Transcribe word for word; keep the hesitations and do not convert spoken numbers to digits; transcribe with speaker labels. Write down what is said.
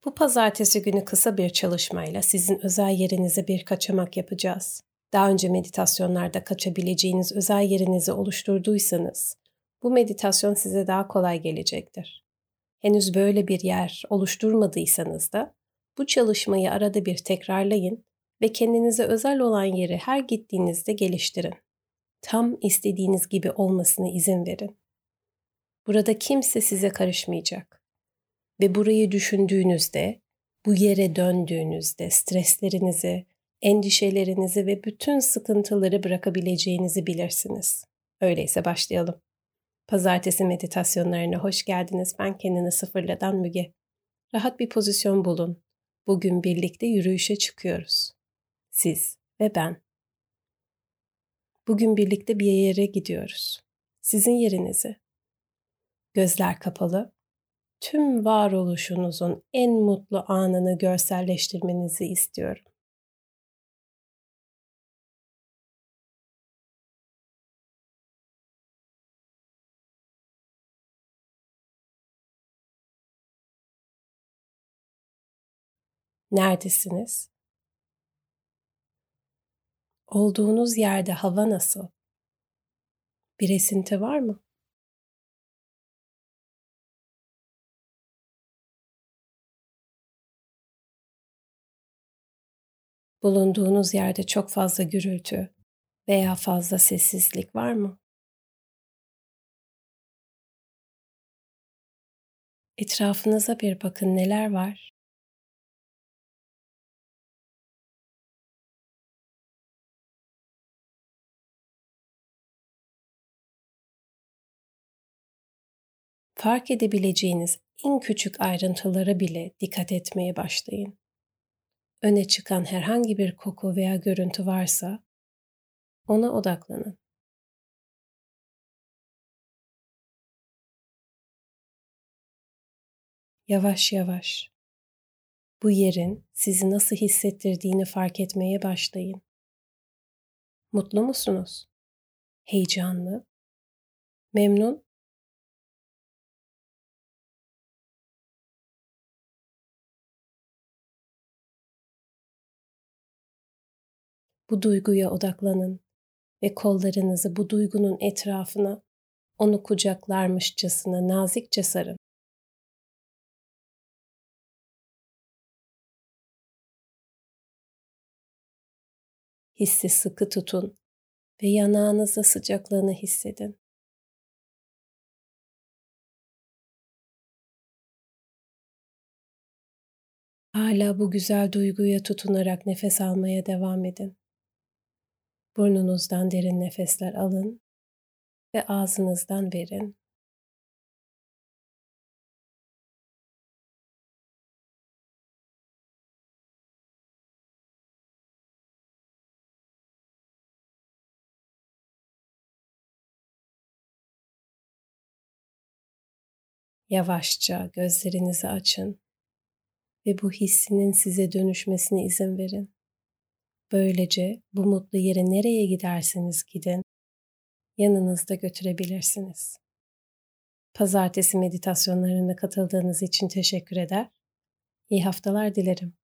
Speaker 1: Bu pazartesi günü kısa bir çalışmayla sizin özel yerinize bir kaçamak yapacağız. Daha önce meditasyonlarda kaçabileceğiniz özel yerinizi oluşturduysanız, bu meditasyon size daha kolay gelecektir. Henüz böyle bir yer oluşturmadıysanız da, bu çalışmayı arada bir tekrarlayın ve kendinize özel olan yeri her gittiğinizde geliştirin. Tam istediğiniz gibi olmasına izin verin. Burada kimse size karışmayacak. Ve burayı düşündüğünüzde, bu yere döndüğünüzde streslerinizi, endişelerinizi ve bütün sıkıntıları bırakabileceğinizi bilirsiniz. Öyleyse başlayalım. Pazartesi meditasyonlarına hoş geldiniz. Ben kendini sıfırladan Müge. Rahat bir pozisyon bulun. Bugün birlikte yürüyüşe çıkıyoruz. Siz ve ben. Bugün birlikte bir yere gidiyoruz. Sizin yerinize. Gözler kapalı. Tüm varoluşunuzun en mutlu anını görselleştirmenizi istiyorum. Neredesiniz? Olduğunuz yerde hava nasıl? Bir esinti var mı? Bulunduğunuz yerde çok fazla gürültü veya fazla sessizlik var mı? Etrafınıza bir bakın, neler var? Fark edebileceğiniz en küçük ayrıntılara bile dikkat etmeye başlayın. Öne çıkan herhangi bir koku veya görüntü varsa ona odaklanın. Yavaş yavaş bu yerin sizi nasıl hissettirdiğini fark etmeye başlayın. Mutlu musunuz? Heyecanlı? Memnun? Bu duyguya odaklanın ve kollarınızı bu duygunun etrafına, onu kucaklarmışçasına nazikçe sarın. Hissi sıkı tutun ve yanağınızda sıcaklığını hissedin. Hala bu güzel duyguya tutunarak nefes almaya devam edin. Burnunuzdan derin nefesler alın ve ağzınızdan verin. Yavaşça gözlerinizi açın ve bu hissinin size dönüşmesine izin verin. Böylece bu mutlu yere nereye giderseniz gidin, yanınızda götürebilirsiniz. Pazartesi meditasyonlarına katıldığınız için teşekkür eder. İyi haftalar dilerim.